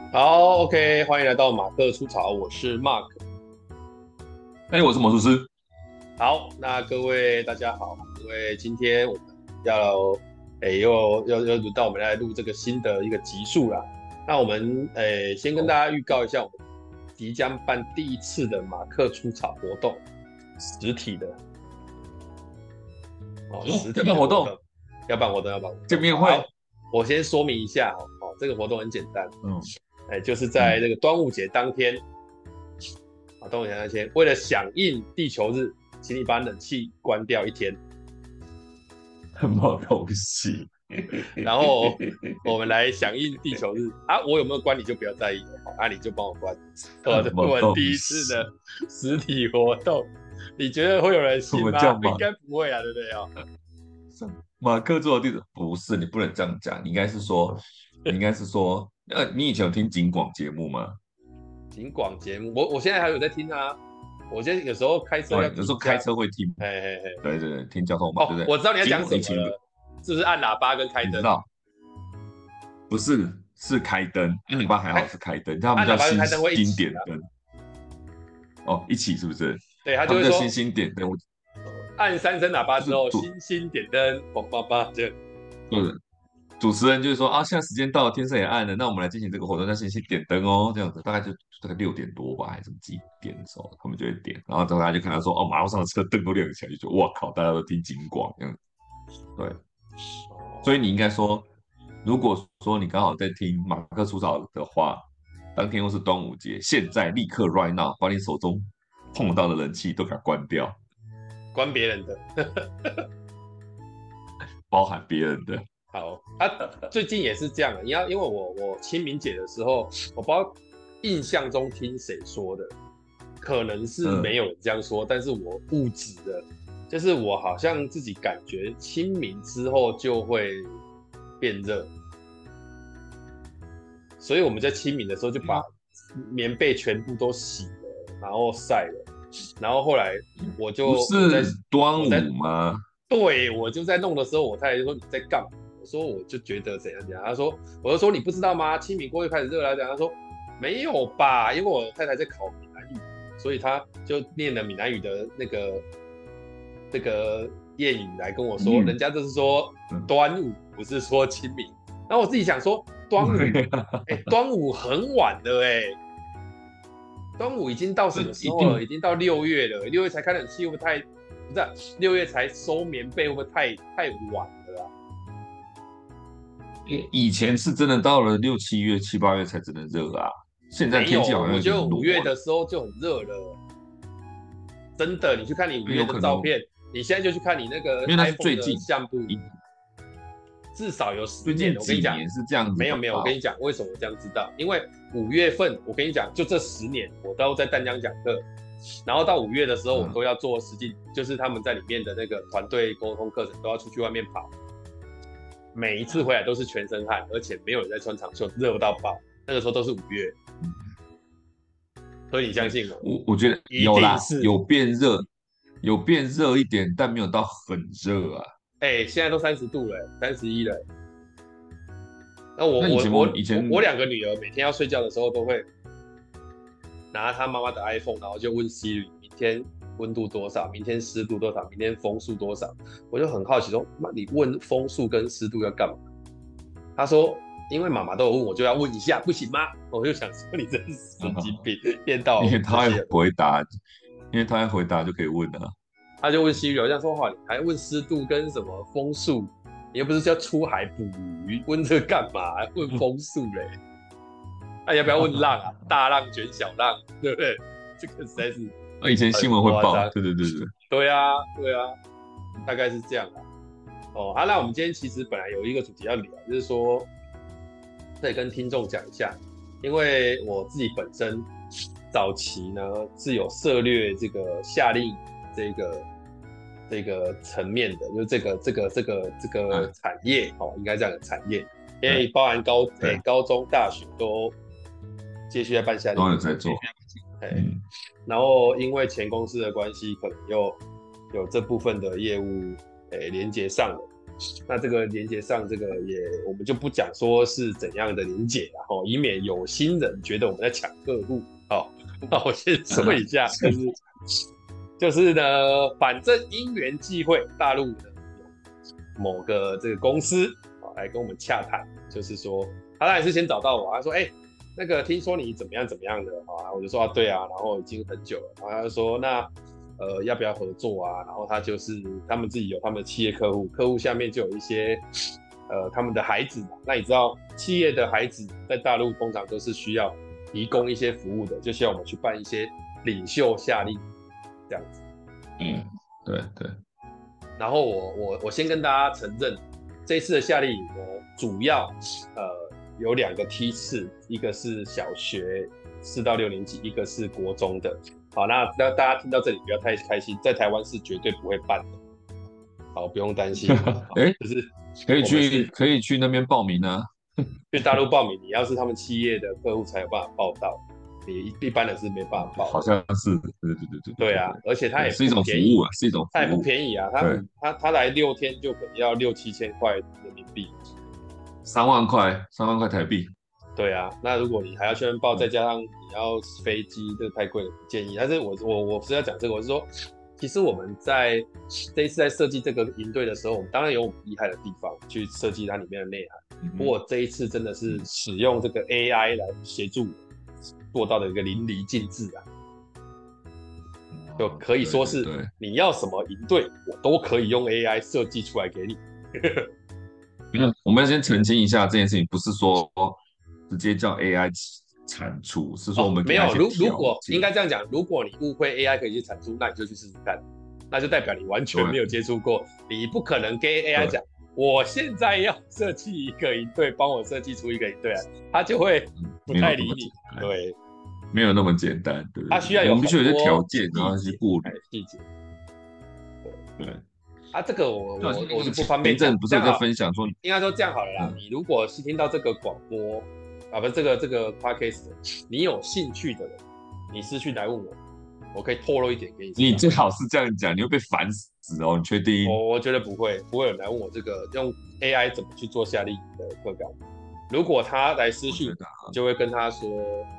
好，OK，欢迎来到马克出草，我是 Mark。 我是魔术师。 好，那各位大家好，因为今天我们要，又轮到我们来录这个新的一个集数啦。那我们先跟大哦家预告一下，我们即将办第一次的马克出草活动，实体的实要体的活动， 办活动， 要办活动。 见面会。 好，我先说明一下这个活动很简单， 嗯就是在嗯， 这个端午节当天。端午节那天，为了响应地球日，请你把冷气关掉一天， 什么东西？ 然后我们来响应地球日啊！我有没有关你就不要在意了，你就帮我关。 什这是么东我第一次西？ 的实体活动，你觉得会有人什么信吗？应叫马该不会啊，对不对啊？ 马克做的地址？不是，你不能这样讲。你应该是说，你以前有听警广节目吗？ 警广节目，我现在还有在听啊。我现在有时候开车哦， 要有时候开听一下， 车会听。 嘿嘿嘿。 对对对，听交通嘛，对哦， 不对？ 我知道你要讲警广以前有个， 什么了，是不是按喇叭跟开灯？ 你知道，不是是开灯，你爸还好开是开灯，他们按喇叫星叭跟开灯会一起啊。 星点灯。哦，一起是不是？ 对，他他们叫星就会说星点灯。 按三声喇叭之后， 就是主星星点灯，嘣叭叭，这样。 对，主持人就是说啊，现在时间到了，天色也暗了，那我们来进行这个活动，那先去点灯哦，这样子大概6点多吧，还是几点的时候，他们就会点，然后之后大家就看到说，哦，马路上的车灯都亮起来，就觉得哇靠，大家都听警广这样子。对，所以哦， 你应该说，如果说你刚好在听马克出草的话，当天又是端午节，现在立刻 right now 把你手中碰到的冷气都给它关掉， 关别人的。 包含别人的。 好最近也是这样的，因为我清明节的时候，我不知道印象中听谁说的，可能是没嗯， 有人这样说，但是我误指的，就是我好像自己感觉清明之后就会变热，所以我们在清明的时候就把棉被全部都洗了，然后晒了，然后后来我不就我在是端我在午吗？ 对我就在弄的时候，我太太就说你在干嘛？我说我就觉得怎样怎样，我就说你不知道吗？清明过就开始热了，这样他说没有吧，因为我太太在考闽南语，所以她就念了闽南语的这个谚语来跟我说，人嗯家这是说嗯， 端午，不是说清明。然后我自己想说端午， 对啊， 端午很晚了端午已经到什这么时候了？ 一定， 已经到6月了，6月才开冷气，会不会太？不是6月才收棉被，会不会太晚了啊？ 以前是真的到了6、7月、7、8月才真的热啊，现在没有， 天气好像有我觉得五月点裸了。 的时候就很热了，真的。你去看你五月的有可能， 照片，你现在就去看你那个因为那是 iPhone 最近的相簿， 一至少有十年。 最近我跟你讲， 几年是这样子没有没有，我吧？ 跟你讲，为什么我这样知道？因为5月份，我跟你讲，就这10年，我都在淡江讲课，然后到5月的时候，我嗯， 都要做实际，就是他们在里面的那个团队沟通课程，都要出去外面跑，每一次回来都是全身汗，而且没有人在穿长袖，热到爆。那个时候都是5月，所以你相对， 信我， 我觉得一有啦， 定是。 有变热一点，但没有到很热啊。 现在都30度了，31了。那我那以前我我我以前我我2个女儿每天要睡觉的时候都会拿她妈妈的 iPhone，然后就问 Siri 明天温度多少，明天湿度多少，明天风速多少。我就很好奇说，妈，你问风速跟湿度要干嘛？她说，因为妈妈都有问，我就要问一下，不行吗？我就想说，你真是神经病，一天到晚因为他会问这些。 回答，因为他会回答就可以问了。 他就问 Siri，我想说话，你还问湿度跟什么风速？你又不是叫出海捕鱼，问这个干嘛？还问风速嘞？那要不要问浪啊？大浪卷小浪，对不对？这个实在是那以前新很闻会报， 夸张。 对对对对。 对啊，对啊，大概是这样啊。那我们今天其实本来有一个主题要聊，就是说，可以跟听众讲一下，因为我自己本身早期呢是有涉略这个夏令营这个层面的，就是这个产业应该这样的产业，因对为包含对， 高中、大学都继续在办夏令都有营， 在做。 哎， 嗯， 然后因为前公司的关系，可能又有这部分的业务连接上了， 那这个连结上这个我们就不讲说是怎样的连结啦，以免有心人觉得我们在抢客户。好，那我先说一下，就是呢，反正因缘际会，大陆的某个这个公司来跟我们洽谈，就是说他当然是先找到我，他说那个听说你怎么样怎么样的啊，我就说对啊，然后已经很久了，然后他就说那要不要合作啊？然后他们自己有他们的企业客户，客户下面就有一些他们的孩子嘛，那你知道企业的孩子在大陆通常都是需要提供一些服务的，就需要我们去办一些领袖夏令这样子。 对对。 然后我先跟大家承认，这一次的夏令营呢，主要有2个梯次，一个是小学4到6年级，一个是国中的。好，那大家听到这里不要太开心，在台湾是绝对不会办的。好，不用担心。就是可以去那边报名啊。 去大陆报名，你要是他们企业的客户才有办法报到，你一般人是没办法报。 好像是， 对啊，而且它也是一种服务啊，是一种服务， 它也不便宜啊。他来6天就可能要6、7千块人民币 ，3万块台币。 对啊，那如果你还要去那边报，再加上你要飞机，这个太贵了，不建议。但是我是要讲这个，我是说，其实我们在这一次在设计这个营队的时候，我们当然有我们厉害的地方去设计它里面的内涵。不过这一次真的是使用这个 AI 来协助做到的一个淋漓尽致啊，就可以说是你要什么营队，我都可以用 AI 设计出来给你。 我们要先澄清一下，这件事情不是说直接叫 AI 产出，是说我们没有。如果件应该这样讲，如果你误会 AI 可以去产出，那你就去试试看，那就代表你完全没有接触过，你不可能跟 AI 讲，我现在要设计一个营队，帮我设计出一个营队啊，他就会不太理你。对， 没有那么简单，对不对？ 他需要有我们必须有些条件， 然后去过滤细节。 对。 这个我就不方便讲。 不是有在分享说， 应该说这样好了啦。你如果是听到这个广播啊，不是这个 podcast， 你有兴趣的人，你私讯来问我可以透露一点给你。 你最好是这样讲，你会被烦死哦。你确定？ 我觉得不会有人来问我这个用 AI 怎么去做夏令营的课纲。如果他来私讯，你就会跟他说，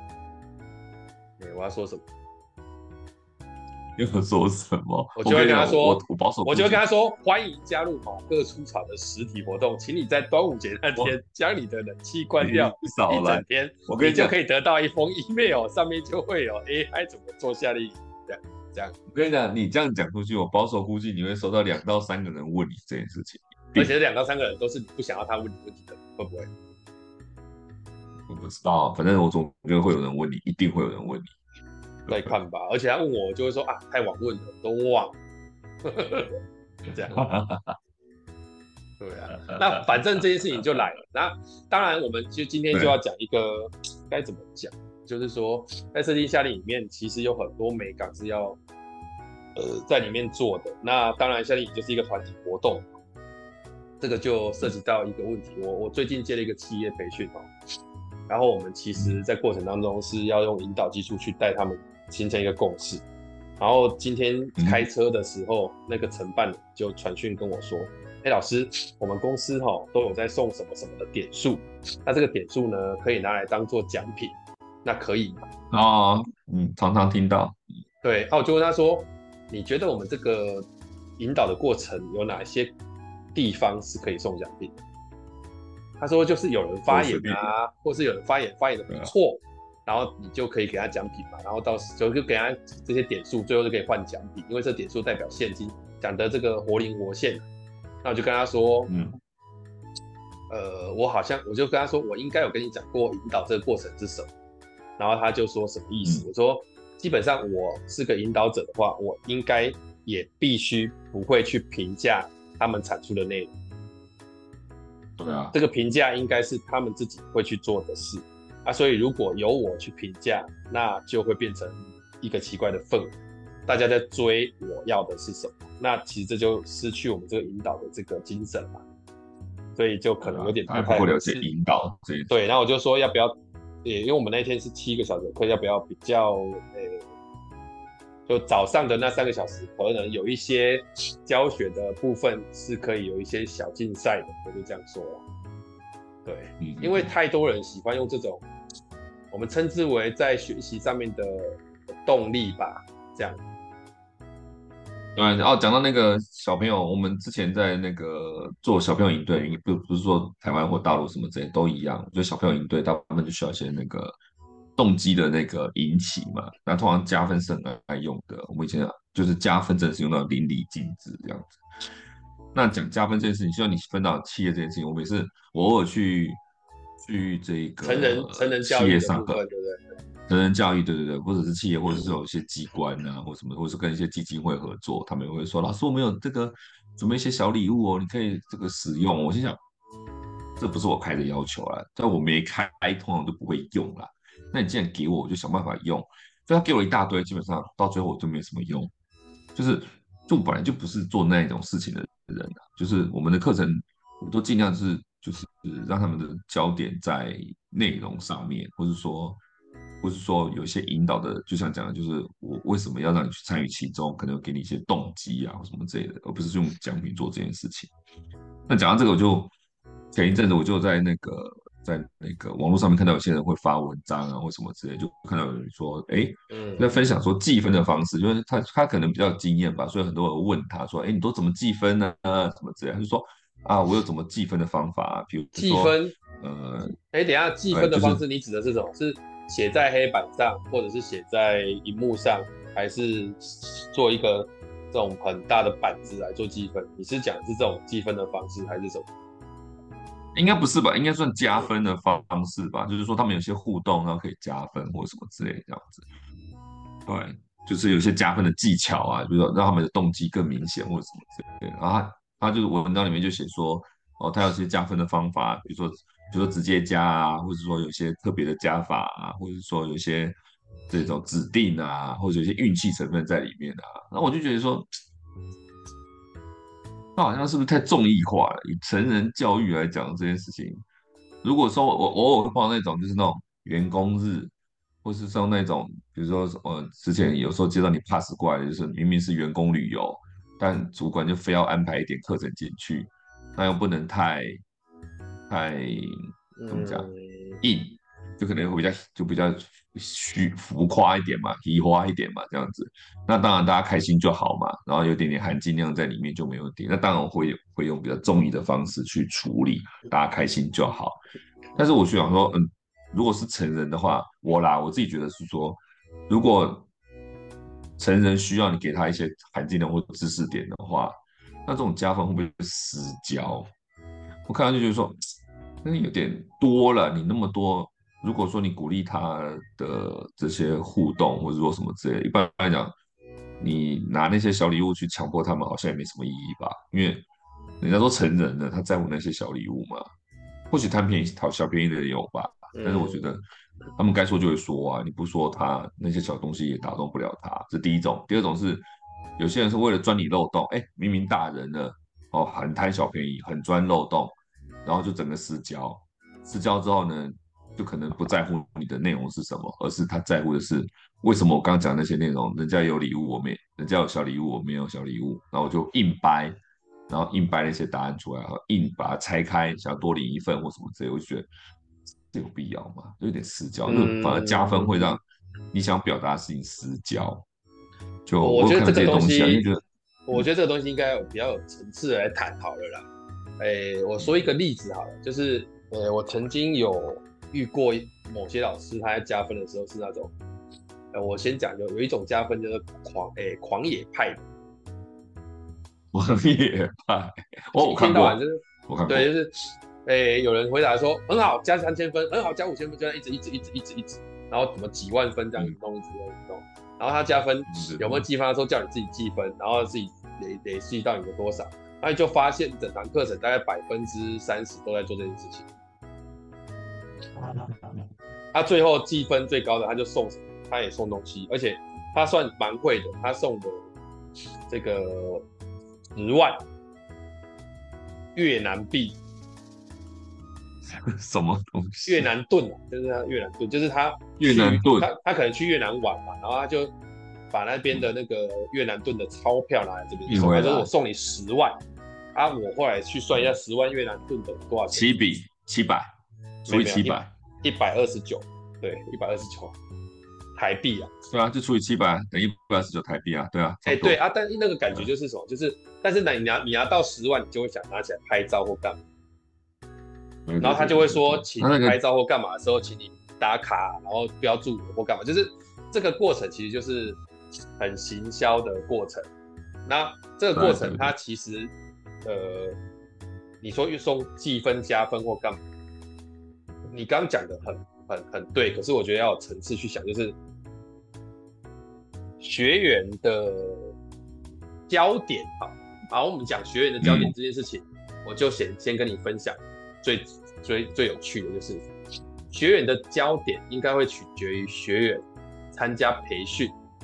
我要说什么？ 又说什么？ 我就会跟他说， 我保守， 我就会跟他说，欢迎加入马各出草的实体活动，请你在端午节那天将你的冷气关掉一整天，你就可以得到一封 email， 上面就会有 AI 怎么做夏令营这样。 我跟你讲，你这样讲出去，我保守估计你会收到2到3个人问你这件事情， 而且2到3个人都是你不想要他问你问题的，会不会？ 我不知道，反正我总觉得会有人问你，一定会有人问你。 再看吧，而且他问我就会说太晚问了，都忘了，这样。对啊，那反正这件事情就来了。那当然，我们就今天就要讲一个该怎么讲，就是说在设计夏令里面，其实有很多美感是要在里面做的。那当然，夏令营就是一个团体活动，这个就涉及到一个问题。我最近接了一个企业培训然后我们其实在过程当中是要用引导技术去带他们形成一个共识。然后今天开车的时候，那个承办就传讯跟我说，老师，我们公司都有在送什么什么的点数，那这个点数呢可以拿来当做奖品，那可以吗？ 常常听到。 对，我就问他说，你觉得我们这个引导的过程有哪些地方是可以送奖品的？他说就是有人发言啊，或是有人发言的不错，然后你就可以给他奖品嘛，然后到时就给他这些点数，最后就可以换奖品，因为这点数代表现金，讲的这个活灵活现。那我就跟他说，我就跟他说，我应该有跟你讲过引导这个过程是什么，然后他就说什么意思？我说基本上我是个引导者的话，我应该也必须不会去评价他们产出的内容。 对啊， 这个评价应该是他们自己会去做的事所以如果由我去评价，那就会变成一个奇怪的氛围，大家在追我要的是什么，那其实这就失去我们这个引导的这个精神嘛，所以就可能有点不太了解引导这一对，然后我就说要不要，因为我们那天是7个小时的课，要不要比较就早上的那3个小时，可能有一些教学的部分是可以有一些小竞赛的，我就这样说了。对，因为太多人喜欢用这种我们称之为在学习上面的动力吧，这样。 对哦，讲到那个小朋友，我们之前在那个做小朋友营队，不是说台湾或大陆什么这些都一样，就小朋友营队，大部分就需要一些那个动机的那个引起嘛。那通常加分是很爱用的，我们以前就是加分真的是用到淋漓尽致这样子。那讲加分这件事情，希望你分到企业这件事情，我偶尔去这个成人教企业上课， 育的部分，对不对？ 成人教育，对对对，或者是企业，或者是有一些机关啊，或什么，或者是跟一些基金会合作，他们也会说，老师，我们有这个准备一些小礼物哦，你可以这个使用。我心想，这不是我开的要求啊，但我没开，通常都不会用啦。那你既然给我，我就想办法用。所以他给我一大堆，基本上到最后我就没什么用。就是就我本来就不是做那种事情的人啊，就是我们的课程我都尽量就是让他们的焦点在内容上面，或是说有一些引导的，就像讲的，就是我为什么要让你去参与其中，可能给你一些动机啊或什么之类的，而不是用奖品做这件事情。那讲到这个，我就前一阵子我就在那个网络上面看到有些人会发文章啊或什么之类，就看到有人说，哎，在嗯， 分享说计分的方式，就是他可能比较有经验吧，所以很多人问他说，哎，你都怎么计分呢？什么之类的，他就说啊，我有怎么计分的方法啊，比如说计分， 呃， 哎，等一下，计分的就是方式你指的是什么？是写在黑板上，或者是写在荧幕上，还是做一个这种很大的板子来做计分？你是讲的是这种计分的方式，还是什么？ 应该不是吧？应该算加分的方式吧？就是说他们有些互动，然后可以加分或者什么之类的这样子。对，就是有些加分的技巧啊，比如说让他们的动机更明显或者什么之类的。然后他就是文章里面就写说，哦，他有些加分的方法，比如说直接加啊，或者说有些特别的加法啊，或者说有些这种指定啊，或者有些运气成分在里面啊。然后我就觉得说，那好像是不是太综艺化了？以成人教育来讲这件事情，如果说我偶尔会碰到那种就是那种员工日，或是说那种比如说之前有时候接到你 pass 过来的，就是明明是员工旅游，但主管就非要安排一点课程进去，那又不能太怎么讲嗯硬，就可能会比较浮夸一点嘛，移花一点嘛，这样子。那当然大家开心就好嘛，然后有点点含金量在里面就没问题。那当然会用比较中意的方式去处理，大家开心就好。但是我就想说，如果是成人的话，我自己觉得是说，如果成人需要你给他一些含金量或知识点的话，那这种加分会不会是私交？我看到就觉得说，那有点多了。你那么多，如果说你鼓励他的这些互动，或者说什么之类的，一般来讲，你拿那些小礼物去强迫他们，好像也没什么意义吧？因为人家都成人了，他在乎那些小礼物吗？或许贪便宜讨小便宜的也有吧，但是我觉嗯得他们该说就会说啊，你不说他那些小东西也打动不了他，这第一种。第二种是有些人是为了钻你漏洞，哎，明明大人了，哦，很贪小便宜，很钻漏洞，然后就整个失焦。失焦之后呢，就可能不在乎你的内容是什么，而是他在乎的是为什么我刚刚讲那些内容，人家有礼物我没，人家有小礼物我没有小礼物，然后我就硬掰，然后硬掰了一些答案出来，然后硬把它拆开，想要多领一份或什么之类，我就觉得这有必要吗？有点失焦，就反而加分会嗯， 让你想表达的事情失焦。就我我有看到觉得这个这些东西啊，就东西， 觉得， 我觉得这个东西应该有比较有层次的来谈好了啦。我说一个例子好了，就是我曾经有遇过某些老师，他在加分的时候是那种，我先讲有一种加分就是狂野派的， 我也怕，我一天到晚看过， 就是对， 我看过， 就是有人回答说很好，加3000分，很好，加5000分，就这样一直，然后怎么几万分这样嗯一直弄，然后他加分对对对， 有没有计分？他说叫你自己计分，然后自己累计到你的多少，然后你就发现整堂课程大概30%都在做这件事情。他最后计分最高的，他就送什么？他也送东西，而且他算蛮贵的，他送的这个10万越南币， 什么东越西？ 南盾啊，就是他越南盾，就是他越南盾， 他可能去越南玩嘛，然后他就把那边的那个越南盾的钞票拿来这边送， 运回来他说我送你10万啊，我后来去算一下10万越南盾等于多少钱 7比700除以700， 129，对，129台币啊。 对啊，就除以700等于129台币啊，对啊，差不多对啊，但是那个感觉就是什么，就是但是呢，你拿到10万，你就会想拿起来拍照或干嘛，然后他就会说，请你拍照或干嘛的时候，请你打卡，然后标注我或干嘛，就是这个过程其实就是很行销的过程。那这个过程它其实你说送积分加分或干嘛，你刚刚讲的很对，可是我觉得要有层次去想，就是学员的焦点好，我们讲学员的焦点这件事情，我就先跟你分享最有趣的就是学员的焦点应该会取决于学员参加培训，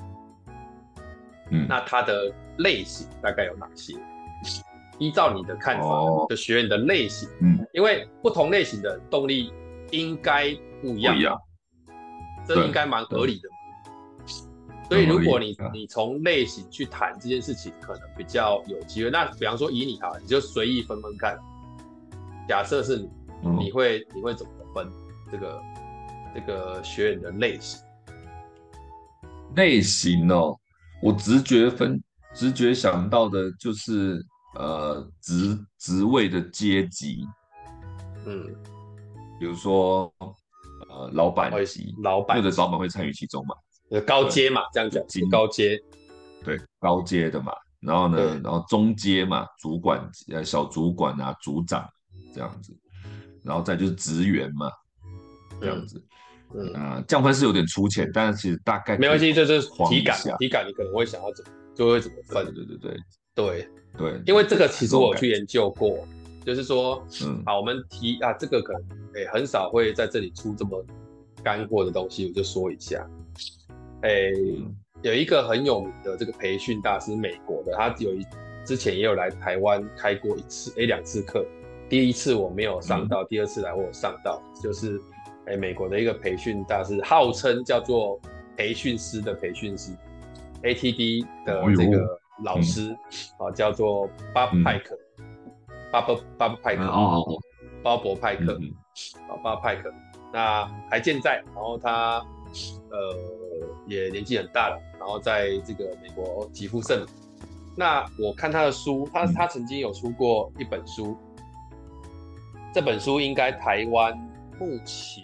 那他的类型大概有哪些？依照你的看法的学员的类型，因为不同类型的动力应该不一样，这应该蛮合理的。所以如果你从类型去谈这件事情，可能比较有机会。那比方说以你你就随意分看，假设是你，你会怎么分这个学员的类型？ 类型哦，我直觉想到的就是职位的阶级，比如说老板级，或者老板会参与其中嘛。 高阶嘛，这样讲，高阶， 对，高阶的嘛，然后呢，然后中阶嘛，主管、小主管啊，组长这样子，然后再就是职员嘛，这样子，降分是有点粗浅，但是其实大概没关系，这就是体感你可能会想要怎么分， 对， 因为这个其实我有去研究过，就是说，我们这个可能很少会在这里出这么干货的东西，我就说一下。有一个很有名的这个培训大师，美国的，他之前也有来台湾开过2次课。第一次我没有上到，第二次来我有上到，就是美国的一个培训大师，号称叫做培训师的培训师 ，ATD 的这个老师叫做巴布派克，巴布派克，巴伯派克，巴布派克，那还健在，然后他也年纪很大了，然后在这个美国极负盛名。那我看他的书，他曾经有出过一本书，这本书应该台湾目前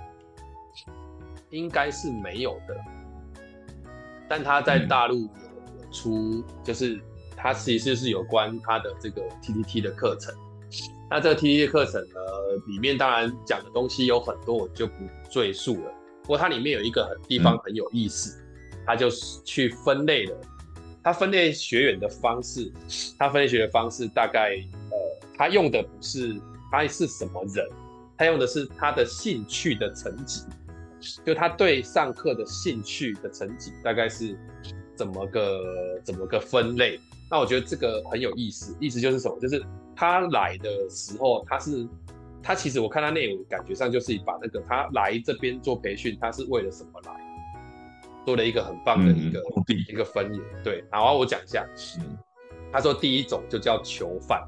应该是没有的，但他在大陆有出，就是他其实是有关他的这个 TTT 的课程。那这个 TTT 的课程呢，里面当然讲的东西有很多，我就不赘述了。不过它里面有一个地方很有意思，它就是去分类了。它分类学员的方式，大概它用的不是他是什么人，他用的是他的兴趣的层级，就他对上课的兴趣的层级大概是怎么个分类。那我觉得这个很有意思，意思就是什么？就是他来的时候，他其实我看他内容感觉上就是把那个他来这边做培训，他是为了什么来，做了一个很棒的一个分野。对，然后我讲一下，他说第一种就叫囚犯，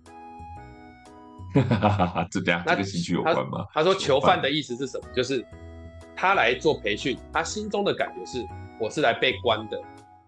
这跟兴趣有关吗？ 他说囚犯的意思是什么？就是他来做培训，他心中的感觉是我是来被关的，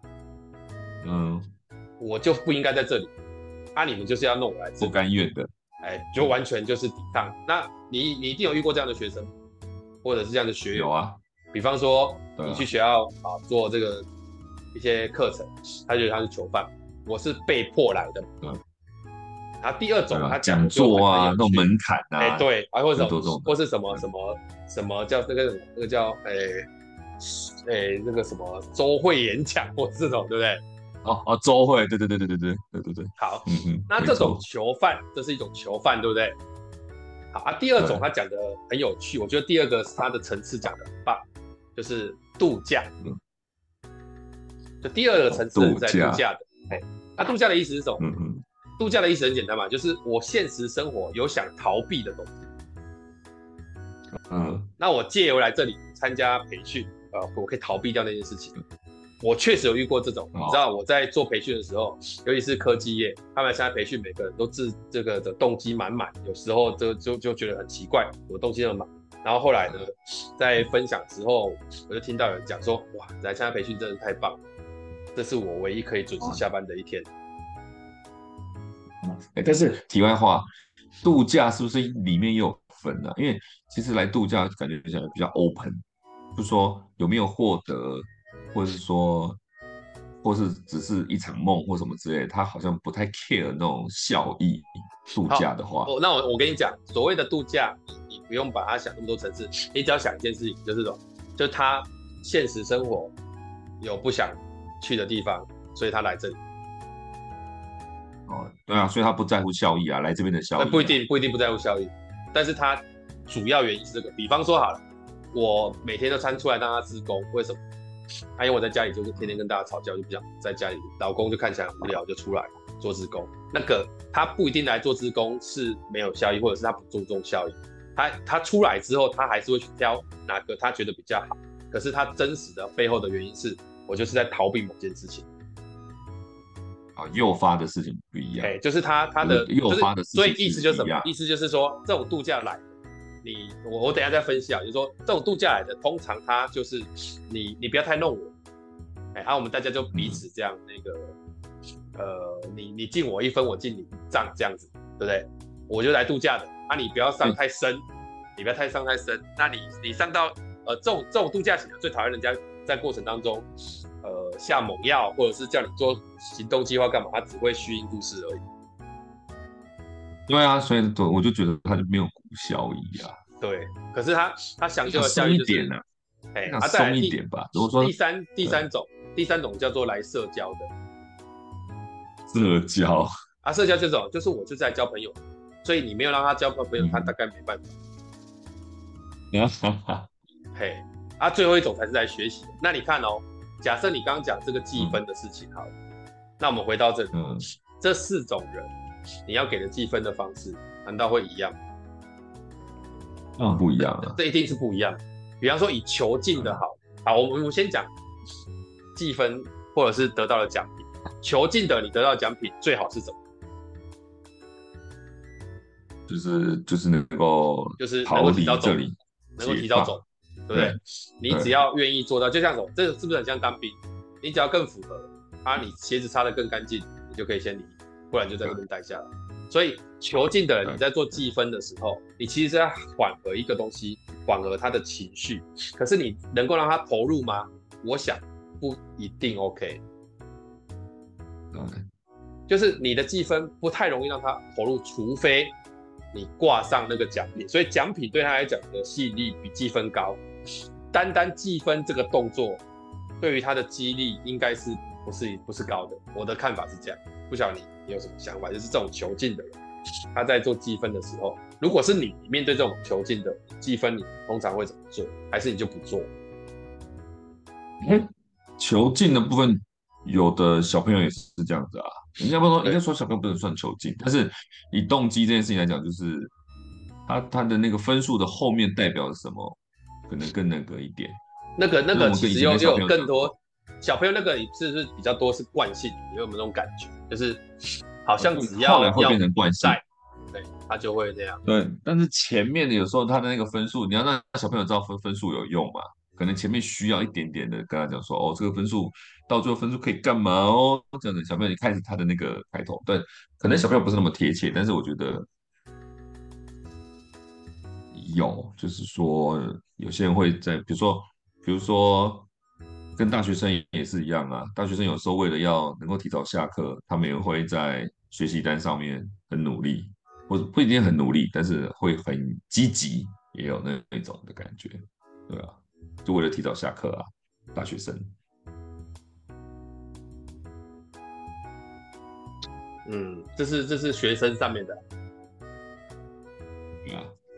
我就不应该在这里，你们就是要弄我来这里， 不甘愿的。 就完全就是抵抗。那你一定有遇过这样的学生，或者是这样的学员？ 有啊。 比方说你去学校做这个一些课程，他觉得他是囚犯，我是被迫来的。然后第二种他讲座啊，那种门槛啊， 对，或是什么叫那个叫那个什么周会演讲或这种，对不对？ 周会，对。 好，那这种囚犯，这是一种囚犯，对不对？好第二种他讲的很有趣，我觉得第二个他的层次讲的很棒，就是度假。就第二个层次是在度假的。度假的意思是什么？度假的意思很简单嘛，就是我现实生活有想逃避的东西。那我借由来这里参加培训，我可以逃避掉那件事情。 我确实有遇过这种，你知哦， 道我在做培训的时候，尤其是科技业，他们现在培训每个人都这个的动机满满，有时候就觉得很奇怪，我动机那么满。然后后来呢，在分享之后，我就听到有人讲说，哇，来参加培训真的太棒了，这是我唯一可以准时下班的一天。 但是题外话，度假是不是里面也有分呢、因为其实来度假感觉起来比较 open，就说有没有获得，或者是说，或是只是一场梦或什么之类的，他好像不太 care 那种效益。度好， 假的话， 那我跟你讲，所谓的度假，你不用把它想那么多层次，你只要想一件事情，就是这种，就他现实生活有不想去的地方，所以他来这里。 哦，对啊，所以他不在乎效益啊，来这边的效益啊， 不一定不在乎效益，但是他主要原因是这个。比方说好了，我每天都餐出来让他自工，为什么？因为我在家里就是天天跟大家吵架，就不想在家里，老公就看起来很无聊，就出来做自工。那个他不一定来做自工是没有效益，或者是他不注重效益。他出来之后，他还是会去挑哪个他觉得比较好。可是他真实的背后的原因是，我就是在逃避某件事情。 啊，诱发的事情不一样， 就是他的诱就是， 发的事所以情意思就是什么？ 是一样。 意思就是说，这种度假来的，我等一下再分析啊，就是说这种度假来的，通常他就是你不要太弄我，我们大家就彼此这样你敬我一分，我敬你一丈这样子，对不对？我就来度假的，你不要上太深，你不要上太深，那你上到这种度假型的最讨厌人家在过程当中下猛药，或者是叫你做行动计划干嘛，他只会虚应故事而已。 对啊，所以我就觉得他就没有效益啊， 对，可是他详要究的效松一点益就是， 啊，要再来松一点吧。如果说第三种叫做来社交的社交， 社交这种就是我就是来交朋友，所以你没有让他交朋友，他大概没办法。嘿，最后一种才是来学习的。那你看哦，假设你刚刚讲这个计分的事情好了，那我们回到这里，这4种人，你要给的计分的方式，难道会一样吗？ 不一样啊。 这一定是不一样的。比方说以囚禁的好，我们先讲计分或者是得到的奖品。囚禁的你得到的奖品最好是什么？ 就是能够就是能逃够提到走， 离这里， 能够提到走，对不对？你只要愿意做到，就像什么，这个是不是很像当兵？你只要更符合你鞋子擦得更干净，你就可以先离，不然就在这边待下来。所以囚禁的人，你在做计分的时候，你其实是在缓和一个东西，缓和他的情绪。可是你能够让他投入吗？我想不一定 OK。就是你的计分不太容易让他投入，除非你挂上那个奖品。所以奖品对他来讲的吸引力比计分高。单计分这个动作，对于他的激励应该是不是高的。我的看法是这样，不晓得你有什么想法？就是这种囚禁的人，他在做计分的时候，如果是你面对这种囚禁的计分，你通常会怎么做？还是你就不做？ 囚禁的部分，有的小朋友也是这样子啊。应该对， 说小朋友不能算囚禁，但是以动机这件事情来讲，就是他的那个分数的后面代表什么，可能更那个一点。 那就是我们个其跟以前跟小实又有朋友讲说， 更多小朋友那个是不是比较多是惯性？你有没有那种感觉？就是好像只后来会要变成惯性。 在，对，他就会那样。 对，但是前面的有时候他的那个分数，你要让小朋友知道分数有用嘛？可能前面需要一点点的跟他讲说，哦，这个分数到最后分数可以干嘛哦？这样子，小朋友一开始他的那个开头，对，可能小朋友不是那么贴切，但是我觉得有，就是说有些人会在，比如说跟大学生也是一样啊，大学生有时候为了要能够提早下课，他们也会在学习单上面很努力，或者不一定很努力，但是会很积极，也有那种的感觉，对啊，就为了提早下课啊，大学生， 这是学生上面的。 对啊，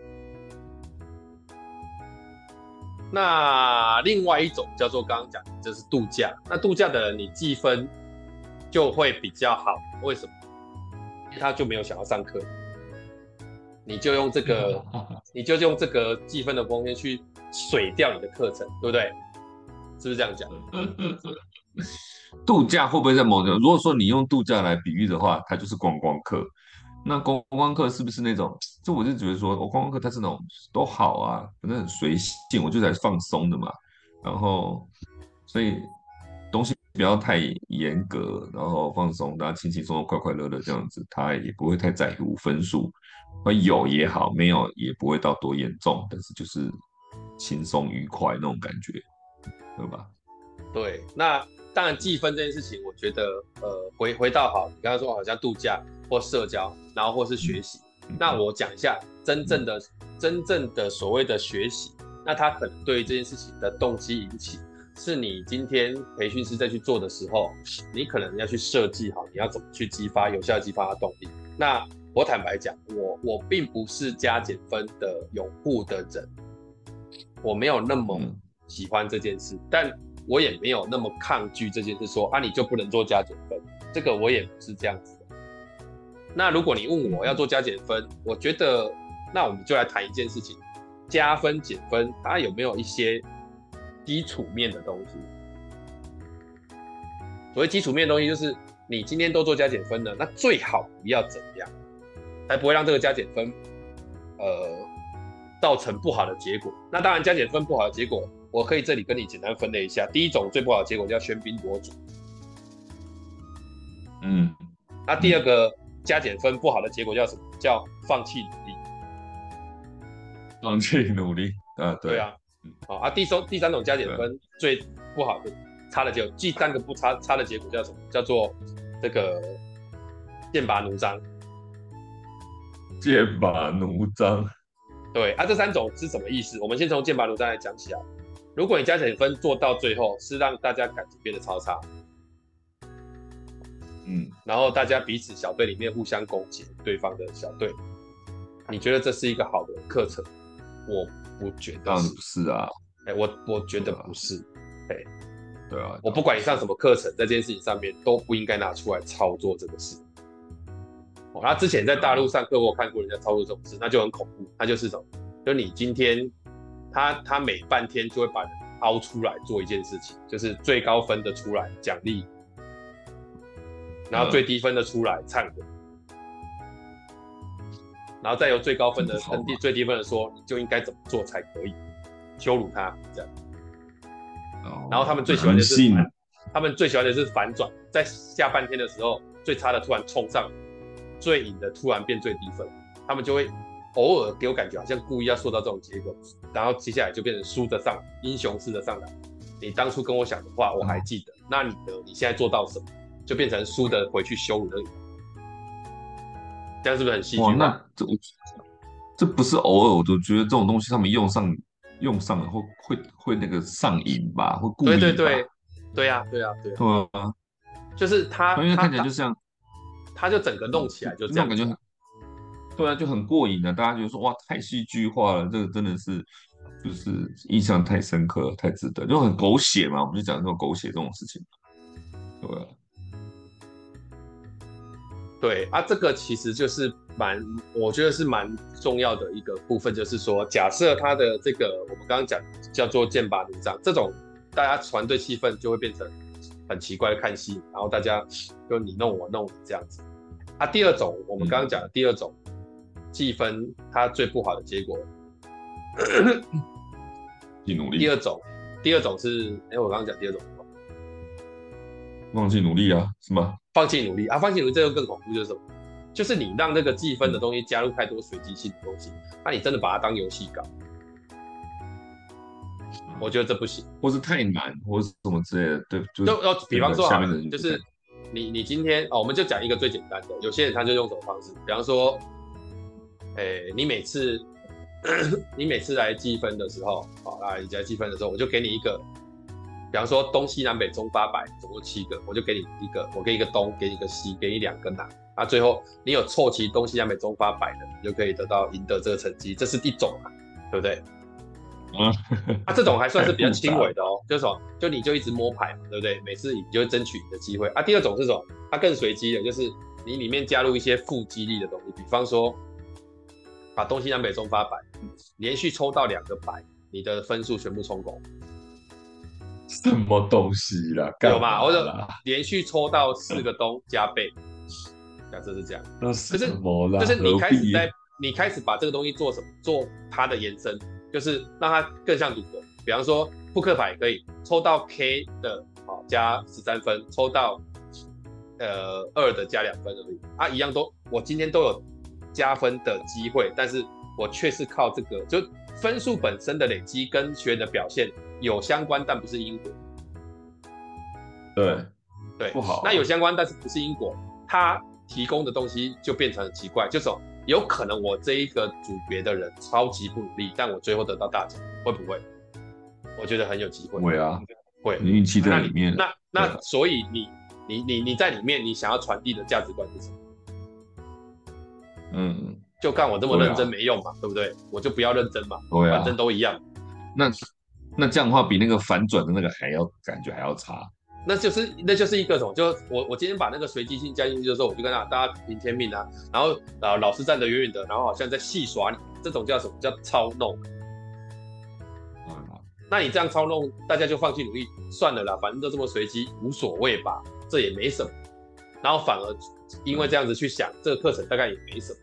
那另外一种叫做刚刚讲的，就是度假。那度假的人，你计分就会比较好。为什么？因为他就没有想要上课，你就用这个，你就用这个计分的方式去水掉你的课程，对不对？是不是这样讲？ 度假会不会在某种？如果说你用度假来比喻的话，它就是观光客。那观光客是不是那种？这我就觉得说，观光客他是那种都好啊，反正很随性，我就来放松的嘛。然后，所以东西不要太严格，然后放松，大家轻轻松松、快快乐乐这样子，他也不会太在乎分数。有也好，没有也不会到多严重，但是就是轻松愉快那种感觉，对吧？ 对，那当然计分这件事情，我觉得回到好，你刚刚说好像度假或社交，然后或是学习，那我讲一下真正的所谓的学习，那他可能对于这件事情的动机引起，是你今天培训师在去做的时候，你可能要去设计好你要怎么去激发有效激发他动力。那我坦白讲，我并不是加减分的拥护的人，我没有那么喜欢这件事，但我也没有那么抗拒这件事说，啊你就不能做加减分，这个我也不是这样子的。那如果你问我要做加减分，我觉得那我们就来谈一件事情，加分减分它有没有一些基础面的东西？所谓基础面的东西，就是你今天都做加减分了，那最好不要怎样，才不会让这个加减分造成不好的结果。那当然加减分不好的结果，我可以这里跟你简单分类一下。第一种最不好的结果叫喧宾夺主， 嗯那第二个加减分不好的结果叫什么？叫放弃努力。 放弃努力啊，对， 对啊，好啊，第三种加减分最不好的差的结果，第三个不差的结果叫什么？叫做这个剑拔弩张。 剑拔弩张， 对啊，这三种是什么意思？我们先从剑拔弩张来讲起来。如果你加减分做到最后是让大家感情变得超差，然后大家彼此小队里面互相攻击对方的小队，你觉得这是一个好的课程？我不觉得当然是。 不是啊， 我觉得对啊， 不是。哎， 对啊， 我不管你上什么课程，在这件事情上面都不应该拿出来操作这个事。他之前在大陆上课，我看过人家操作这种事，那就很恐怖。那就是什么？就你今天他每半天就会把人凹出来做一件事情，就是最高分的出来奖励，然后最低分的出来忏悔，然后再由最高分的跟最低分的说你就应该怎么做才可以，羞辱他这样。然后他们最喜欢的是反转，在下半天的时候，最差的突然冲上，最赢的突然变最低分，他们就会偶尔给我感觉好像故意要塑造这种结果，然后接下来就变成输得上，英雄式的上来。你当初跟我讲的话我还记得，那你呢？你现在做到什么？就变成输的回去羞辱那个，这样是不是很戏剧化？ 那这不是偶尔，我都觉得这种东西他们用上了会那个上瘾吧，会故意吧？ 对呀， 对啊， 就是因为看起来就像他就整个弄起来就这样子。 那种感觉对啊，就很过瘾的，大家觉得说哇，太戏剧化了，这个真的是就是印象太深刻，太值得，就很狗血嘛，我们就讲这种狗血这种事情，对啊， 对啊，这个其实就是我觉得是蛮重要的一个部分，就是说，假设他的这个我们刚刚讲叫做剑拔弩张，这种大家团队气氛就会变成很奇怪的看戏，然后大家就你弄我弄你这样子。啊，第二种我们刚刚讲的第二种计分，它最不好的结果， 努力， 第二种是，我刚刚讲第二种。 忘记努力啊，是吗？ 放弃努力啊，放弃努力这就更恐怖，就是什么？就是你让这个计分的东西加入太多随机性的东西，那你真的把它当游戏搞，我觉得这不行。 或是太难，或是什么之类的，对， 就比方说好了， 下面的人就是你今天我们就讲一个最简单的，有些人他就用什么方式，比方说，你每次你每次来计分的时候，你来计分的时候，我就给你一个。比方说东西南北中800，总共7个，我就给你一个，我给你一个东，给你一个西，给你2个南，最后你有凑齐东西南北中800的，你就可以得到赢得这个成绩，这是一种嘛，对不对？这种还算是比较轻微的哦，就是什么，就你就一直摸牌嘛，对不对？每次你就会争取你的机会第二种是什么？它更随机的，就是你里面加入一些负激励的东西，比方说把东西南北中800连续抽到2个白，你的分数全部充公。 什么东西啦？ 有嘛？ 干嘛或者啦？ 连续抽到4个东加倍，假设是这样。 那可是什么啦？ 就是何必？ 你开始把这个东西做什么？做它的延伸，就是让它更像赌博。比方说扑克牌可以抽到 K 的加13分，抽到2的加2分而已啊，一样我今天都有加分的机会，但是我却是靠这个，就分数本身的累积跟学员的表现有相关，但不是因果。 对， 对， 不好啊。 那有相关，但是不是因果，它提供的东西就变成很奇怪，就是有可能我这一个组别的人超级不努力，但我最后得到大奖，会不会？我觉得很有机会。 会啊， 会。 你运气在里面。 那所以你在里面，你想要传递的价值观是什么？就看我这么认真没用嘛，对不对？我就不要认真嘛，反正都一样。 那这样的话，比那个反转的那个感觉还要差。 那就是一个什么？就我今天把那个随机性加进去的时候，我就跟大家凭天命啊，然后老师站得远远的，然后好像在戏耍你，这种叫什么？叫操弄。那你这样操弄，大家就放弃努力算了啦，反正都这么随机，无所谓吧，这也没什么。然后反而因为这样子去想，这个课程大概也没什么。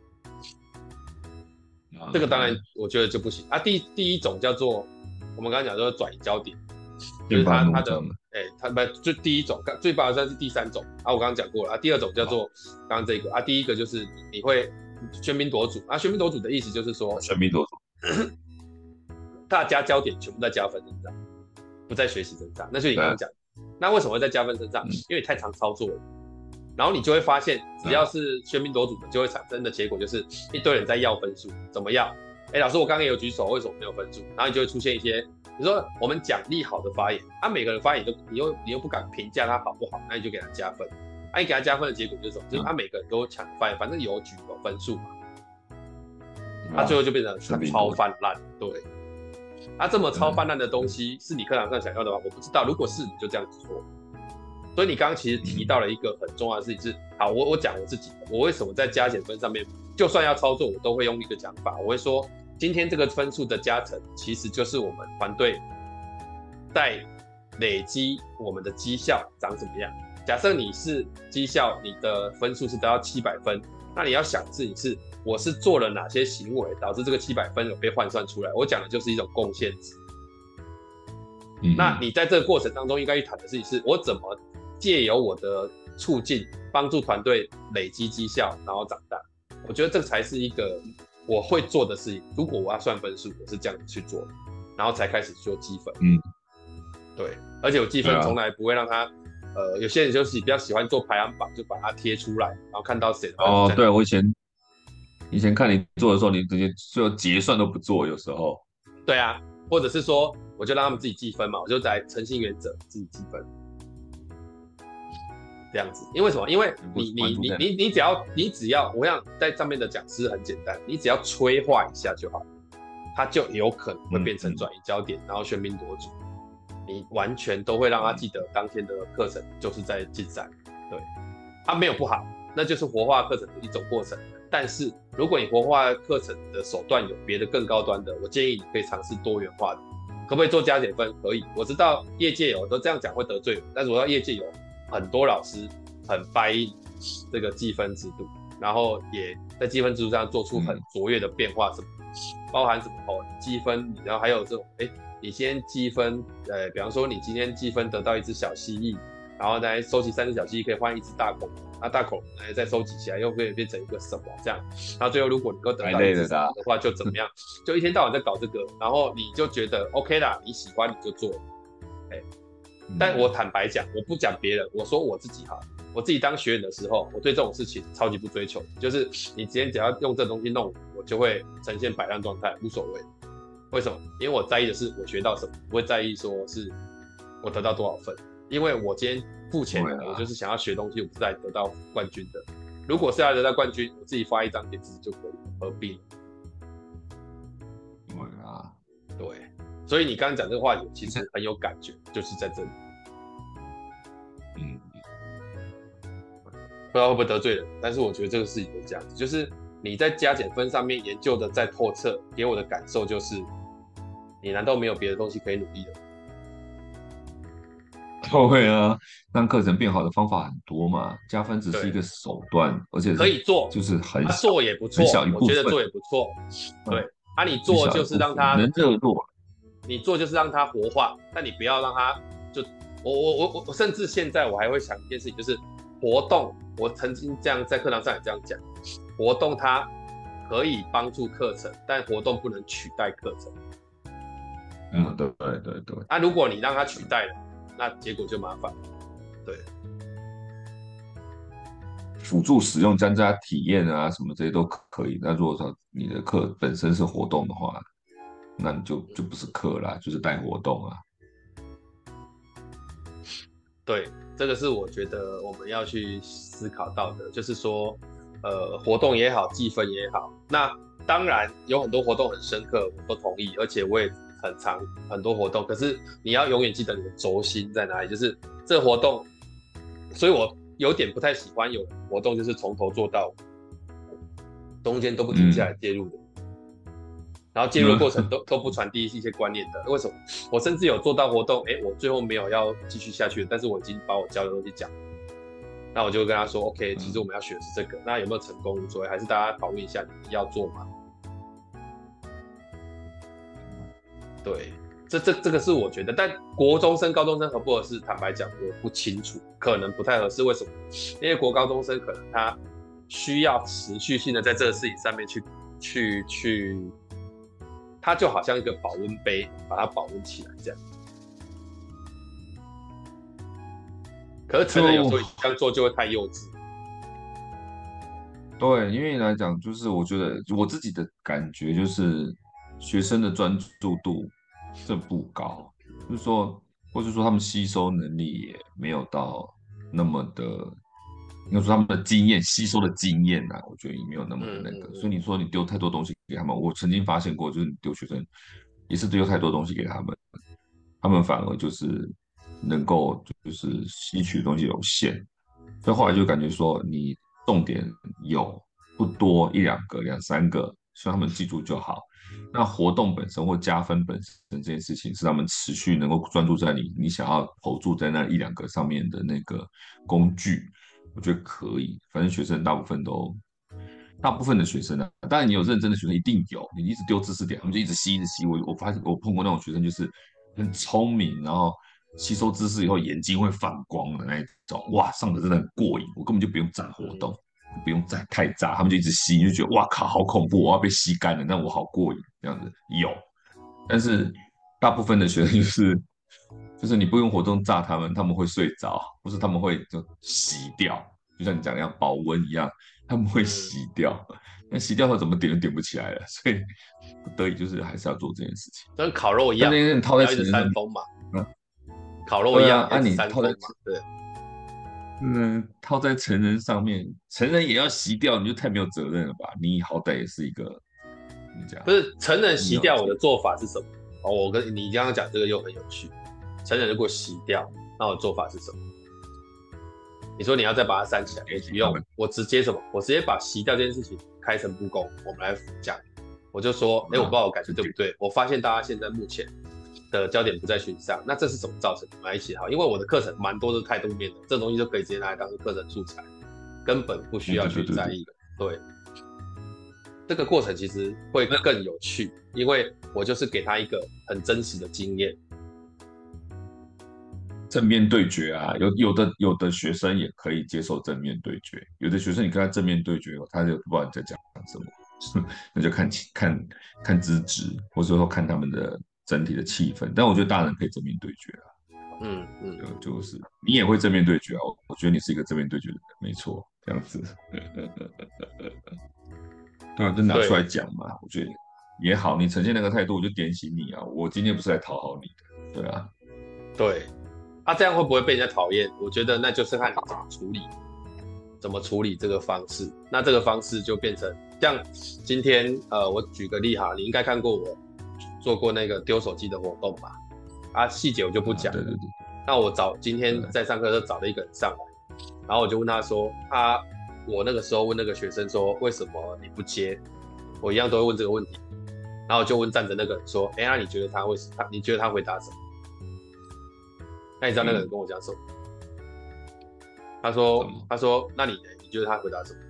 这个当然我觉得就不行啊。第一种叫做我们刚刚讲说转移焦点，就是他的就第一种最棒的是第3种啊，我刚刚讲过了啊。第2种叫做刚刚这个啊，第一个就是你会喧宾夺主啊。喧宾夺主的意思就是说， 喧宾夺主， 大家焦点全部在加分身上，不在学习身上。那就你刚刚讲，那为什么会在加分身上？因为你太常操作了。然后你就会发现，只要是喧宾夺主的，就会产生的结果就是一堆人在要分数，怎么要？老师，我刚刚也有举手，为什么没有分数？然后你就会出现一些，比如说我们奖励好的发言，每个人发言你又不敢评价他好不好，那你就给他加分。你给他加分的结果就是什么？就是每个人都抢发言，反正有举有分数嘛。最后就变成超泛滥，对。这么超泛滥的东西是你课堂上想要的吗？我不知道，如果是你就这样子做。所以你刚刚其实提到了一个很重要的事情是，好，我讲我自己的，我为什么在加减分上面，就算要操作，我都会用一个讲法，我会说，今天这个分数的加成，其实就是我们团队在累积我们的绩效长什么样。假设你是绩效，你的分数是得到700分，那你要想的事情是，我是做了哪些行为导致这个700分有被换算出来？我讲的就是一种贡献值。那你在这个过程当中应该去谈的事情是，我怎么借由我的促进，帮助团队累积绩效，然后长大。我觉得这才是一个我会做的事情。如果我要算分数，我是这样子去做，然后才开始做积分。对，而且我积分从来不会让他，有些人就是比较喜欢做排行榜，就把它贴出来，然后看到谁。 对，我以前看你做的时候，你直接最后结算都不做，有时候。 对啊，或者是说，我就让他们自己计分嘛，我就在诚信原则自己计分。这样子，因为什么？因为你只要，我想在上面的讲师很简单，你只要催化一下就好，它就有可能会变成转移焦点，然后喧宾夺主，你完全都会让他记得当天的课程就是在竞赛，对，没有不好，那就是活化课程的一种过程。但是如果你活化课程的手段有别的更高端的，我建议你可以尝试多元化的，可不可以做加减分？可以，我知道业界有，都这样讲会得罪我，但是我知道业界有很多老师很buy这个计分制度，然后也在计分制度上做出很卓越的变化，什么包含什么积分，然后还有这种你今天积分，比方说你今天积分得到一只小蜥蜴，然后来收集3只小蜥蜴可以换1只大恐龙，那大恐龙再收集起来又可以变成一个什么这样，然后最后如果你够得到1只的话就怎么样，就一天到晚在搞这个，然后你就觉得 OK 啦，你喜欢你就做，但我坦白讲，我不讲别人，我说我自己哈，我自己当学员的时候，我对这种事情超级不追求，就是你今天只要用这东西弄，我就会呈现摆烂状态，无所谓。为什么？因为我在意的是我学到什么，不会在意说是我得到多少分。因为我今天付钱的，我就是想要学东西，我不是来得到冠军的。如果是要得到冠军，我自己发一张给自己就可以，何必呢？对，所以你刚刚讲这个话题，其实很有感觉，就是在这里。不知道会不会得罪人，但是我觉得这个事情就是这样子，就是你在加减分上面研究的再透彻，给我的感受就是，你难道没有别的东西可以努力的？ 对啊，让课程变好的方法很多嘛，加分只是一对， 个手段，而且是可以做， 就是很小做也不很小错， 一部分， 我觉得做也不错。 嗯， 对，你很做就是小一部分让它， 能热络， 你做就是让它活化，但你不要让它就我甚至现在我还会想一件事情，就是活动，我曾经这样在课堂上也这样讲，活动它可以帮助课程，但活动不能取代课程。 对对对对， 如果你让它取代了，那结果就麻烦了。对， 辅助使用增加体验啊什么这些都可以。那如果说你的课本身是活动的话，那你就不是课啦，就是带活动啊。 对，这个是我觉得我们要去思考到的，就是说，活动也好，计分也好，那当然有很多活动很深刻，我都同意，而且我也很常很多活动，可是你要永远记得你的轴心在哪里，就是这个活动，所以我有点不太喜欢有活动就是从头做到尾，中间都不停下来嗯， 介入的。然后介入的过程都不传递一些观念的。为什么？我甚至有做到活动，我最后没有要继续下去，但是我已经把我教的东西讲。那我就跟他说，OK，其实我们要学的是这个，那有没有成功无所谓，还是大家讨论一下，你要做吗？对，这个是我觉得，但国中生、高中生合不合适，坦白讲我不清楚，可能不太合适。为什么？因为高中生可能他需要持续性的在这个事情上面去，它就好像一个保温杯，把它保温起来这样。可是成人有时候就这样做就会太幼稚。 对，因为来讲，就是我觉得我自己的感觉就是，学生的专注度这不高，就是说，或者说他们吸收能力也没有到那么的，应该说他们的经验吸收的经验啊，我觉得也没有那么的那个。所以你说你丢太多东西给他们，我曾经发现过，就是你丢学生也是丢太多东西给他们，他们反而就是能够就是吸取的东西有限。所以后来就感觉说，你重点有不多一两个、两三个，希望他们记住就好。那活动本身或加分本身这件事情，是他们持续能够专注在你想要投注在那一两个上面的那个工具，我觉得可以。反正学生大部分的学生啊，当然你有认真的学生一定有，你一直丢知识点，他们就一直吸一直吸。我发现我碰过那种学生，就是很聪明，然后吸收知识以后眼睛会放光的那一种，哇，上的真的很过瘾，我根本就不用炸活动，不用太炸，他们就一直吸，你就觉得哇靠，好恐怖，我要被吸干了，但我好过瘾，这样子有。但是大部分的学生就是你不用活动炸他们，他们会睡着，不是他们会就洗掉，就像你讲的一样保温一样，他们会嗯， 洗掉。那洗掉后怎么点都点不起来了，所以不得已就是还是要做这件事情。 跟烤肉一样嘛， 但那些你套你要一直在成人上面， 扇风嘛， 嗯， 烤肉一对啊， 样你要一直扇风嘛，对。 套在成人上面，成人也要洗掉，你就太没有责任了吧？你好歹也是一个，怎么讲？ 不是成人你有洗掉我的做法是什么？我跟你刚刚讲这个又很有趣。成人如果洗掉，那我的做法是什么？你说你要再把它删起来，不用， 给他们， 我直接什么？我直接把洗掉这件事情开诚布公，我们来讲。我就说，我不知道我感觉对不对？我发现大家现在目前的焦点不在学习上，那这是怎么造成的？我们来一起好，因为我的课程蛮多是态度面的，这种东西就可以直接拿来当课程素材，根本不需要去在意。对，这个过程其实会更有趣，因为我就是给他一个很真实的经验。 正面对决啊，有的学生也可以接受正面对决，有的学生你跟他正面对决哦，他就不知道你在讲什么，那就看资质，或者说看他们的整体的气氛。但我觉得大人可以正面对决啊， 嗯嗯， 就是你也会正面对决啊，我觉得你是一个正面对决的人，没错，这样子，对啊，就拿出来对讲嘛，我觉得也好，你呈现那个态度，我就点醒你啊，我今天不是来讨好你的，对啊。 对，这样会不会被人家讨厌？我觉得那就是看你怎么处理，怎么处理这个方式。那这个方式就变成像今天我举个例哈，你应该看过我做过那个丢手机的活动吧？细节我就不讲了。 对对对那我今天对， 在上课的时候找了一个人上来，然后我就问他说，我那个时候问那个学生说，为什么你不接？我一样都会问这个问题，然后我就问站着那个人说，那你觉得他你觉得他回答什么？ 那你知道那个人跟我讲什么？他说什么？ 那你呢？你觉得他回答什么？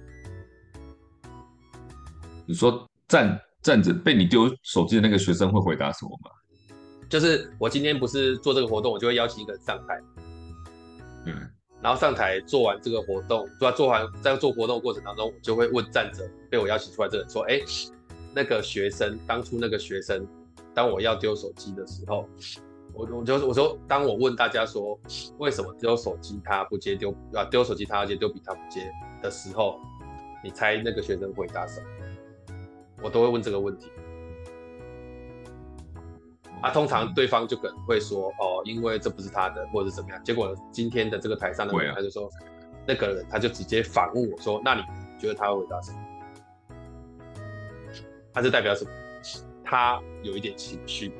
你说站着被你丢手机的那个学生会回答什么吗？ 就是我今天不是做这个活动，我就会邀请一个人上台， 嗯， 然后上台做完这个活动，做完在做活动的过程当中，我就会问站着被我邀请出来这个人说，哎，那个学生当初那个学生，当我要丢手机的时候，我说，当我问大家说为什么丢手机他不接丢手机他要接丢笔他不接的时候，你猜那个学生回答什么？我都会问这个问题。通常对方就可能会说，哦，因为这不是他的，或者是怎么样。结果今天的这个台上的人，他就说，那个人他就直接反问我说，那你觉得他会回答什么？他是代表什么？他有一点情绪，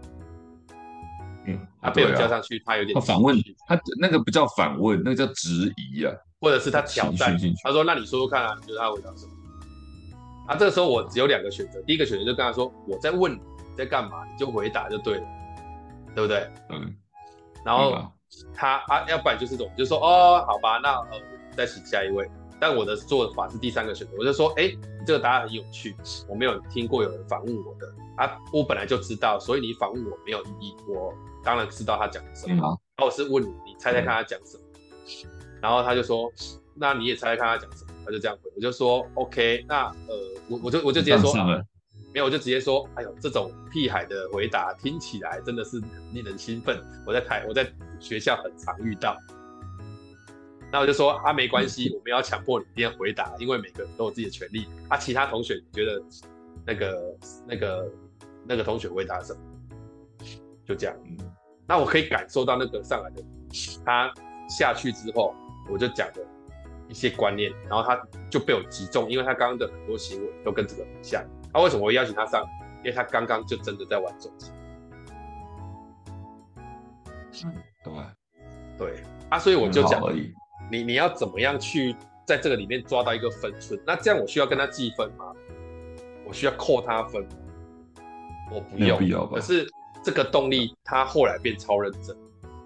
他被我叫上去，他有点他反问， 情绪， 他那个不叫反问，那个叫质疑啊， 或者是他挑战。 情绪进去。 他说，那你说说看啊，你觉得他会回答什么？这个时候我只有2个选择，第一个选择就跟他说，我在问你在干嘛，你就回答就对了，对不对？然后要不然就是这种，就说哦，好吧，那再请下一位。但我的做法是第3个选择，我就说，哎，你这个答案很有趣，我没有听过有人反问我的我本来就知道，所以你反问我没有意义，我当然知道他讲什么。然后我是问你，你猜猜看他讲什么？然后他就说，那你也猜猜看他讲什么？他就这样回，我就说 OK，那我就直接说，没有，我就直接说，哎呦，这种屁孩的回答听起来真的是令人兴奋。我在学校很常遇到。那我就说没关系，我们要强迫你一定要回答，因为每个人都有自己的权利。其他同学你觉得那个同学回答什么？就这样。那我可以感受到那个上来的他下去之后，我就讲了一些观念，然后他就被我击中，因为他刚刚的很多行为都跟这个很像。为什么我会邀请他上？因为他刚刚就真的在玩手机。对，所以我就讲，你要怎么样去在这个里面抓到一个分寸？那这样我需要跟他计分吗？我需要扣他分吗？我不用， 必要吧？ 可是这个动力他后来变超认真。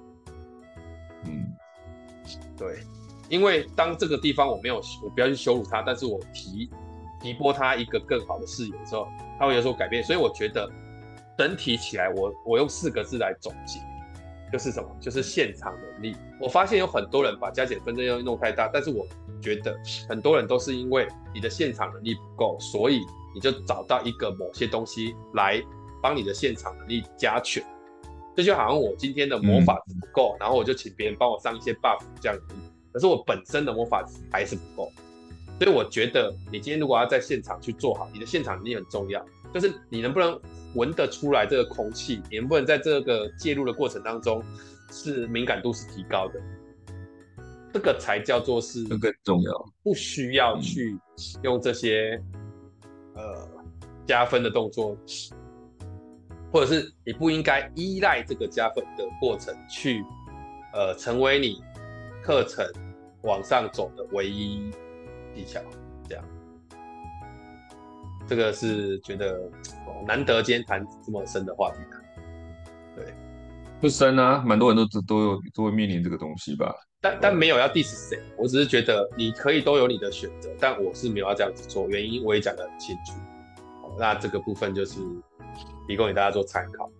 对，因为当这个地方我不要去羞辱他，但是我提拨他一个更好的视野的时候，他会有所改变。所以我觉得整体起来，我用4个字来总结，就是什么？就是现场能力。我发现有很多人把加减分这些弄太大，但是我觉得很多人都是因为你的现场能力不够，所以你就找到一个某些东西来帮你的现场能力加权。这就好像我今天的魔法值不够，然后我就请别人帮我上一些 buff 这样而已。可是我本身的魔法值还是不够，所以我觉得你今天如果要在现场去做好，你的现场能力很重要，就是你能不能闻得出来这个空气，你能不能在这个介入的过程当中是敏感度是提高的，这个才叫做是更重要， 不需要去用这些加分的动作。或者是你不应该依赖这个加分的过程去，成为你课程往上走的唯一技巧，这样。这个是觉得难得今天谈这么深的话题的，对， 不深啊，蛮多人都会面临这个东西吧。 但没有要 diss 谁，我只是觉得你可以都有你的选择，但我是没有要这样子做，原因我也讲得很清楚。那这个部分就是提供给大家做参考。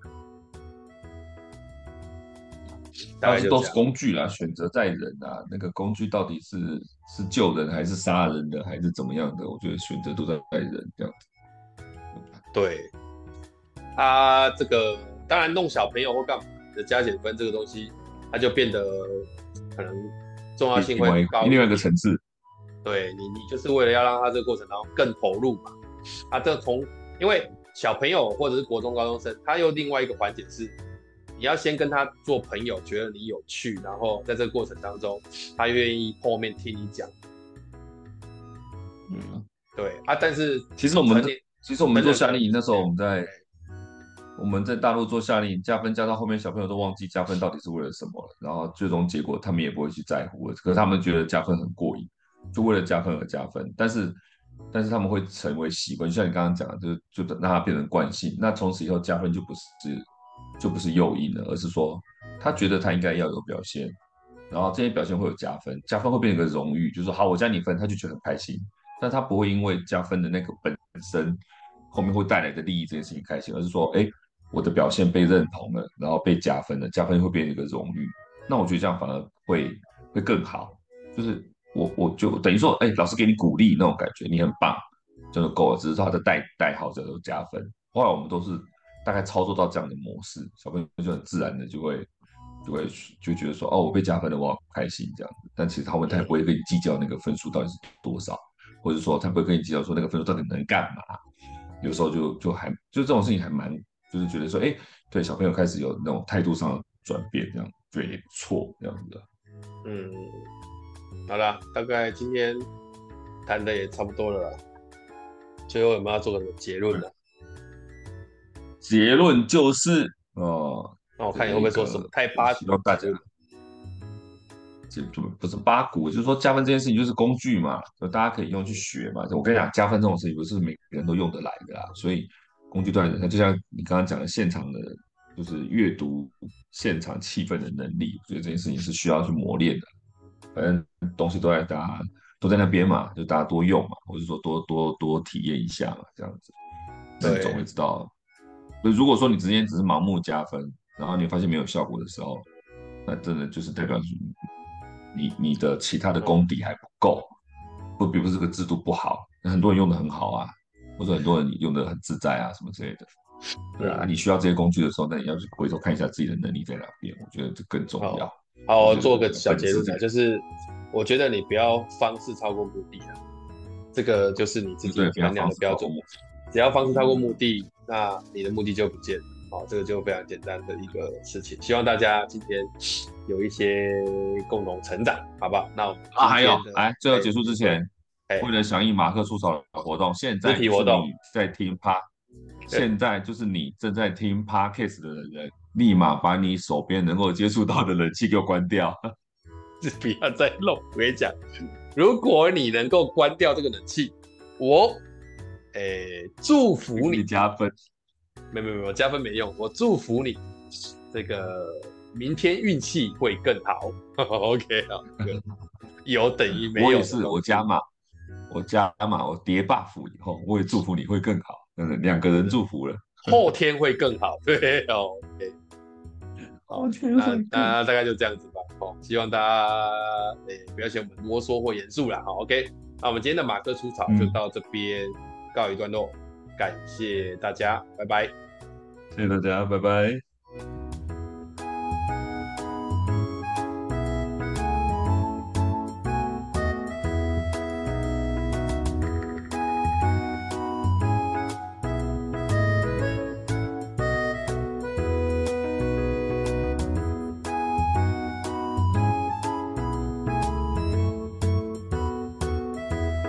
大概都是工具啦，选择在人啊，那个工具到底是救人还是杀人的，还是怎么样的？我觉得选择都在人这样子。 对，这个当然弄小朋友或干嘛的加减分这个东西，它就变得可能重要性会高另外一个层次。 对你就是为了要让他这个过程当中更投入嘛。因为小朋友或者是国中高中生，他又另外一个环节是，你要先跟他做朋友，觉得你有趣，然后在这个过程当中，他愿意后面听你讲。对但是其实我们做夏令营那时候，我们在大陆做夏令营，加分加到后面，小朋友都忘记加分到底是为了什么了，然后最终结果他们也不会去在乎了。可是他们觉得加分很过瘾，就为了加分而加分，但是他们会成为习惯，就像你刚刚讲的，就让它变成惯性。那从此以后加分就不是诱因了，而是说他觉得他应该要有表现，然后这些表现会有加分，加分会变成一个荣誉，就是说好我加你分，他就觉得很开心，但他不会因为加分的那个本身后面会带来的利益这件事情开心，而是说，哎，我的表现被认同了，然后被加分了，加分会变成一个荣誉，那我觉得这样反而会更好，就是我就等于说，哎，老师给你鼓励那种感觉，你很棒，就够了，只是他的代号叫做加分。后来我们都是大概操作到这样的模式，小朋友就很自然的就觉得说，哦，我被加分了，我好开心这样子。但其实他也不会跟你计较那个分数到底是多少，或者说他不会跟你计较说那个分数到底能干嘛。有时候就这种事情还蛮，就是觉得说，哎，对小朋友开始有那种态度上的转变，这样觉得也不错，这样子的。 嗯，好啦，大概今天谈的也差不多了啦。最后有没有要做个什么结论呢？ 结论就是， 那我看你会不会说什么太就是八股希望大家的结论？ 就不是八股，就是说加分这件事情就是工具嘛，就大家可以用去学嘛。我跟你讲，加分这种事情不是每个人都用得来的啦，所以工具对人，就像你刚刚讲的，现场的，就是阅读现场气氛的能力，我觉得这件事情是需要去磨练的。反正东西大家都在那边嘛，就大家多用嘛，或者说多体验一下嘛，这样子，那你总会对， 知道。如果说你之前只是盲目加分，然后你发现没有效果的时候，那真的就是代表你的其他的嗯， 功底还不够，或比如说这个制度不好，那很多人用的很好啊，或者很多人用的很自在啊，什么之类的。对啊， 嗯， 你需要这些工具的时候，那你要去回头看一下自己的能力在哪边，我觉得这更重要。 好，好， 我我做个觉得小结论啊， 本质这个就是我觉得你不要方式超过目的啊，这个就是你自己对，不要衡量方的标准。 式超过目只要方式超过目的。 的，那你的目的就不见了。好，这个就非常简单的一个事情。希望大家今天有一些共同成长，好不好？那我们啊，还有， 今天的， 哎，最后结束之对， 前， 哎， 为了响应马克出草的活动， 实体活动， 现在就是你正在听 Podcast 的人，立马把你手边能够接触到的冷气给我关掉， 不要再漏。我跟你讲，如果你能够关掉这个冷气，我，祝福给你你。 加分。 没有，加分没用。我祝福你，这个明天运气会更好。OK 啊，有等于没有我也是， 的东西。 我加码，我叠 buff 以后，我也祝福你会更好，真的两个人祝福了。 后天会更好。对哦，OK，好， 后天那会更那大概就这样子吧。哦，希望大家不要嫌我们啰嗦或严肃啦。好，OK，那我们今天的马克出草就嗯， 到这边告一段落，感谢大家，拜拜。 谢谢大家，拜拜。